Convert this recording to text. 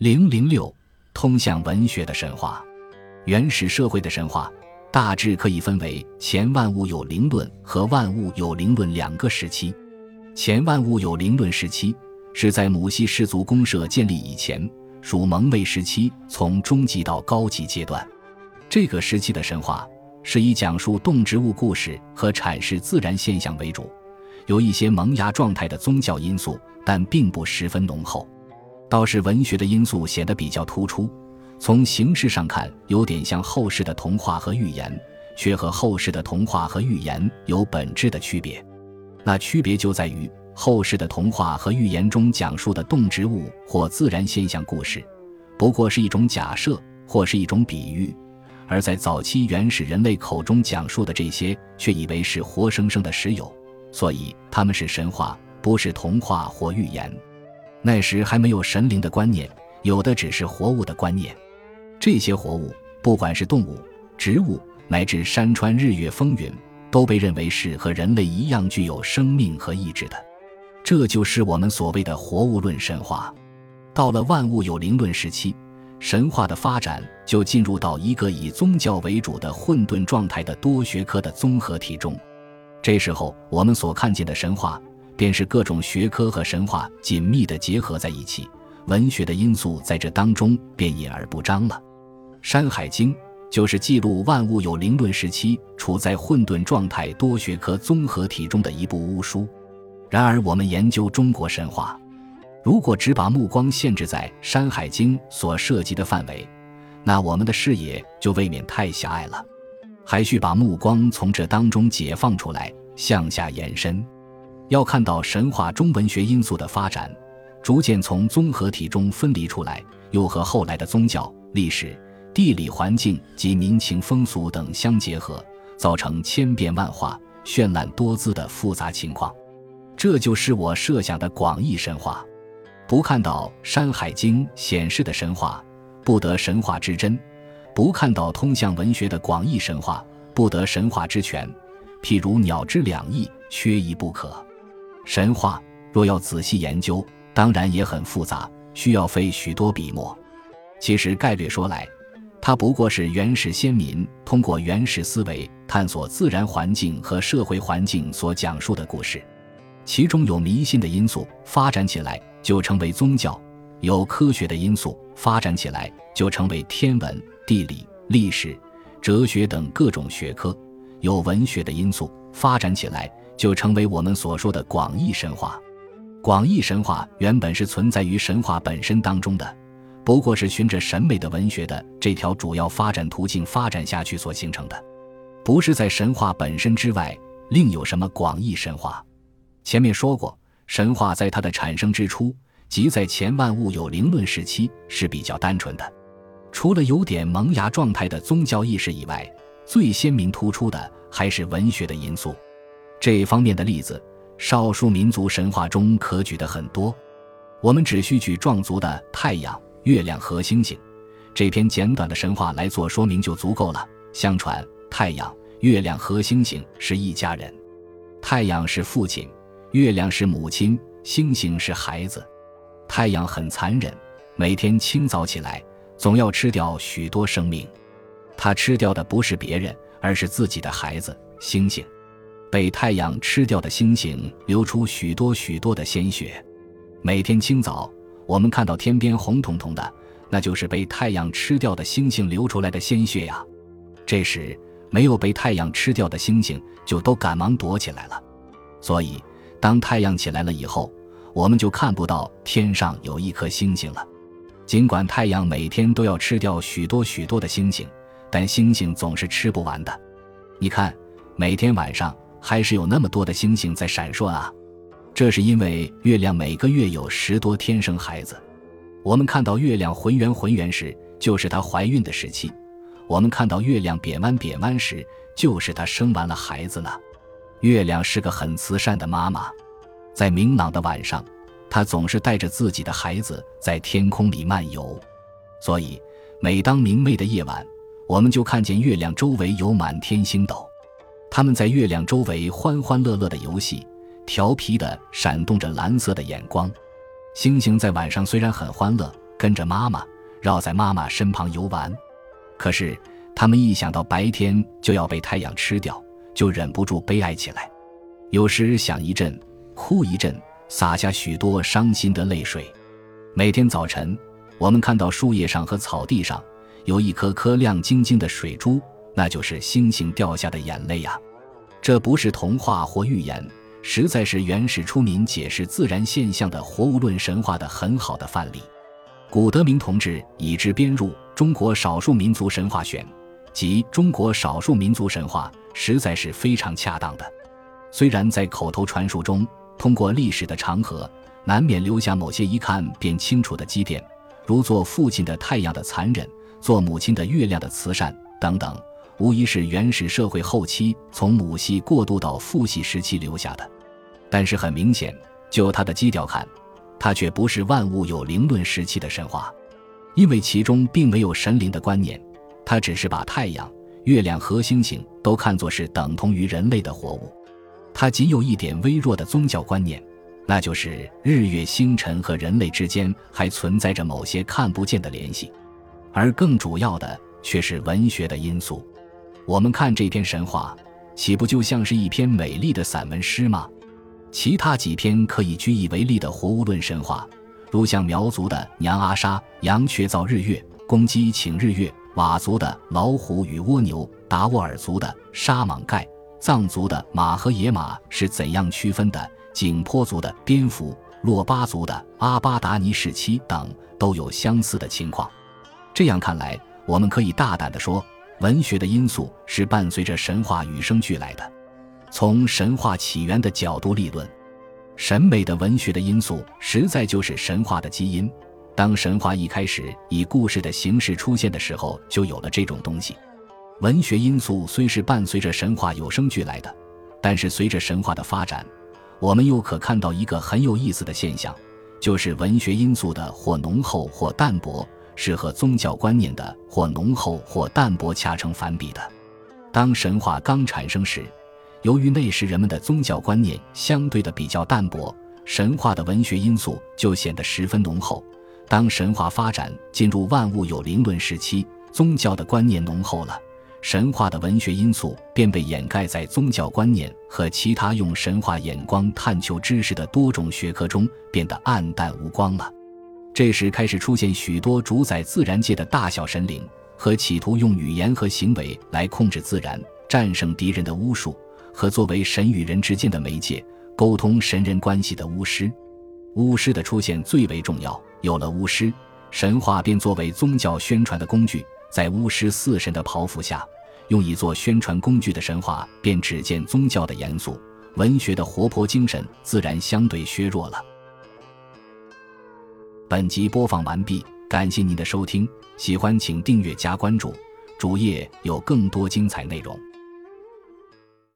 006通向文学的神话。原始社会的神话大致可以分为前万物有灵论和万物有灵论两个时期。前万物有灵论时期是在母系氏族公社建立以前，属蒙昧时期从中级到高级阶段。这个时期的神话是以讲述动植物故事和阐释自然现象为主，有一些萌芽状态的宗教因素，但并不十分浓厚。倒是文学的因素显得比较突出，从形式上看有点像后世的童话和寓言，却和后世的童话和寓言有本质的区别。那区别就在于后世的童话和寓言中讲述的动植物或自然现象故事不过是一种假设或是一种比喻，而在早期原始人类口中讲述的这些却以为是活生生的实有，所以它们是神话，不是童话或寓言。那时还没有神灵的观念，有的只是活物的观念。这些活物不管是动物、植物乃至山川日月风云，都被认为是和人类一样具有生命和意志的。这就是我们所谓的活物论神话。到了万物有灵论时期，神话的发展就进入到一个以宗教为主的混沌状态的多学科的综合体中。这时候我们所看见的神话便是各种学科和神话紧密地结合在一起，文学的因素在这当中便隐而不彰了。山海经就是记录万物有灵论时期处在混沌状态多学科综合体中的一部巫书。然而我们研究中国神话，如果只把目光限制在山海经所涉及的范围，那我们的视野就未免太狭隘了，还需把目光从这当中解放出来，向下延伸。要看到神话中文学因素的发展逐渐从综合体中分离出来，又和后来的宗教、历史、地理环境及民情风俗等相结合，造成千变万化、绚烂多姿的复杂情况。这就是我设想的广义神话。不看到《山海经》显示的神话，不得神话之真；不看到通向文学的广义神话，不得神话之全。譬如鸟之两翼，缺一不可。神话若要仔细研究，当然也很复杂，需要费许多笔墨。其实概略说来，它不过是原始先民通过原始思维探索自然环境和社会环境所讲述的故事。其中有迷信的因素，发展起来就成为宗教；有科学的因素，发展起来就成为天文、地理、历史、哲学等各种学科；有文学的因素，发展起来就成为我们所说的广义神话。广义神话原本是存在于神话本身当中的，不过是循着审美的文学的这条主要发展途径发展下去所形成的，不是在神话本身之外另有什么广义神话。前面说过，神话在它的产生之初，即在前万物有灵论时期是比较单纯的，除了有点萌芽状态的宗教意识以外，最鲜明突出的还是文学的因素。这方面的例子，少数民族神话中可举的很多，我们只需举壮族的太阳、月亮和星星这篇简短的神话来做说明就足够了。相传太阳、月亮和星星是一家人，太阳是父亲，月亮是母亲，星星是孩子。太阳很残忍，每天清早起来总要吃掉许多生命，他吃掉的不是别人，而是自己的孩子星星。被太阳吃掉的星星流出许多许多的鲜血，每天清早我们看到天边红彤彤的，那就是被太阳吃掉的星星流出来的鲜血呀。这时没有被太阳吃掉的星星就都赶忙躲起来了，所以当太阳起来了以后，我们就看不到天上有一颗星星了。尽管太阳每天都要吃掉许多许多的星星，但星星总是吃不完的。你看，每天晚上还是有那么多的星星在闪烁啊。这是因为月亮每个月有10多天生孩子。我们看到月亮浑圆时，就是她怀孕的时期；我们看到月亮扁弯时，就是她生完了孩子了。月亮是个很慈善的妈妈，在明朗的晚上，她总是带着自己的孩子在天空里漫游，所以每当明媚的夜晚，我们就看见月亮周围有满天星斗，它们在月亮周围欢欢乐乐的游戏，调皮地闪动着蓝色的眼光。星星在晚上虽然很欢乐， 跟着妈妈，绕在妈妈身旁游玩。可是他们一想到白天就要被太阳吃掉，就忍不住悲哀起来，有时想一阵，哭一阵，洒下许多伤心的泪水。每天早晨，我们看到树叶上和草地上有一颗颗亮晶晶的水珠，那就是星星掉下的眼泪啊！这不是童话或寓言，实在是原始出民解释自然现象的活物论神话的很好的范例。古德明同志已之编入《中国少数民族神话选》及《中国少数民族神话》，实在是非常恰当的。虽然在口头传述中，通过历史的长河，难免留下某些一看便清楚的积淀，如做父亲的太阳的残忍，做母亲的月亮的慈善等等，无疑是原始社会后期从母系过渡到父系时期留下的。但是很明显，就它的基调看，它却不是万物有灵论时期的神话，因为其中并没有神灵的观念，它只是把太阳、月亮和星星都看作是等同于人类的活物。它仅有一点微弱的宗教观念，那就是日月星辰和人类之间还存在着某些看不见的联系，而更主要的却是文学的因素。我们看这篇神话，岂不就像是一篇美丽的散文诗吗？其他几篇可以举以为例的活物论神话，如像苗族的娘阿莎、羊雀造日月、公鸡请日月，佤族的老虎与蜗牛，达斡尔族的沙莽盖，藏族的马和野马是怎样区分的，景颇族的蝙蝠，珞巴族的阿巴达尼氏妻等都有相似的情况。这样看来，我们可以大胆地说，文学的因素是伴随着神话与生俱来的。从神话起源的角度立论，审美的文学的因素实在就是神话的基因。当神话一开始以故事的形式出现的时候，就有了这种东西。文学因素虽是伴随着神话有生俱来的，但是随着神话的发展，我们又可看到一个很有意思的现象，就是文学因素的或浓厚或淡薄，是和宗教观念的或浓厚或淡薄恰成反比的。当神话刚产生时，由于那时人们的宗教观念相对的比较淡薄，神话的文学因素就显得十分浓厚。当神话发展进入万物有灵论时期，宗教的观念浓厚了，神话的文学因素便被掩盖在宗教观念和其他用神话眼光探求知识的多种学科中，变得黯淡无光了。这时开始出现许多主宰自然界的大小神灵，和企图用语言和行为来控制自然、战胜敌人的巫术，和作为神与人之间的媒介，沟通神人关系的巫师。巫师的出现最为重要，有了巫师，神话便作为宗教宣传的工具，在巫师四神的匏匐下，用以做宣传工具的神话便只见宗教的严肃，文学的活泼精神自然相对削弱了。本集播放完毕，感谢您的收听，喜欢请订阅加关注，主页有更多精彩内容。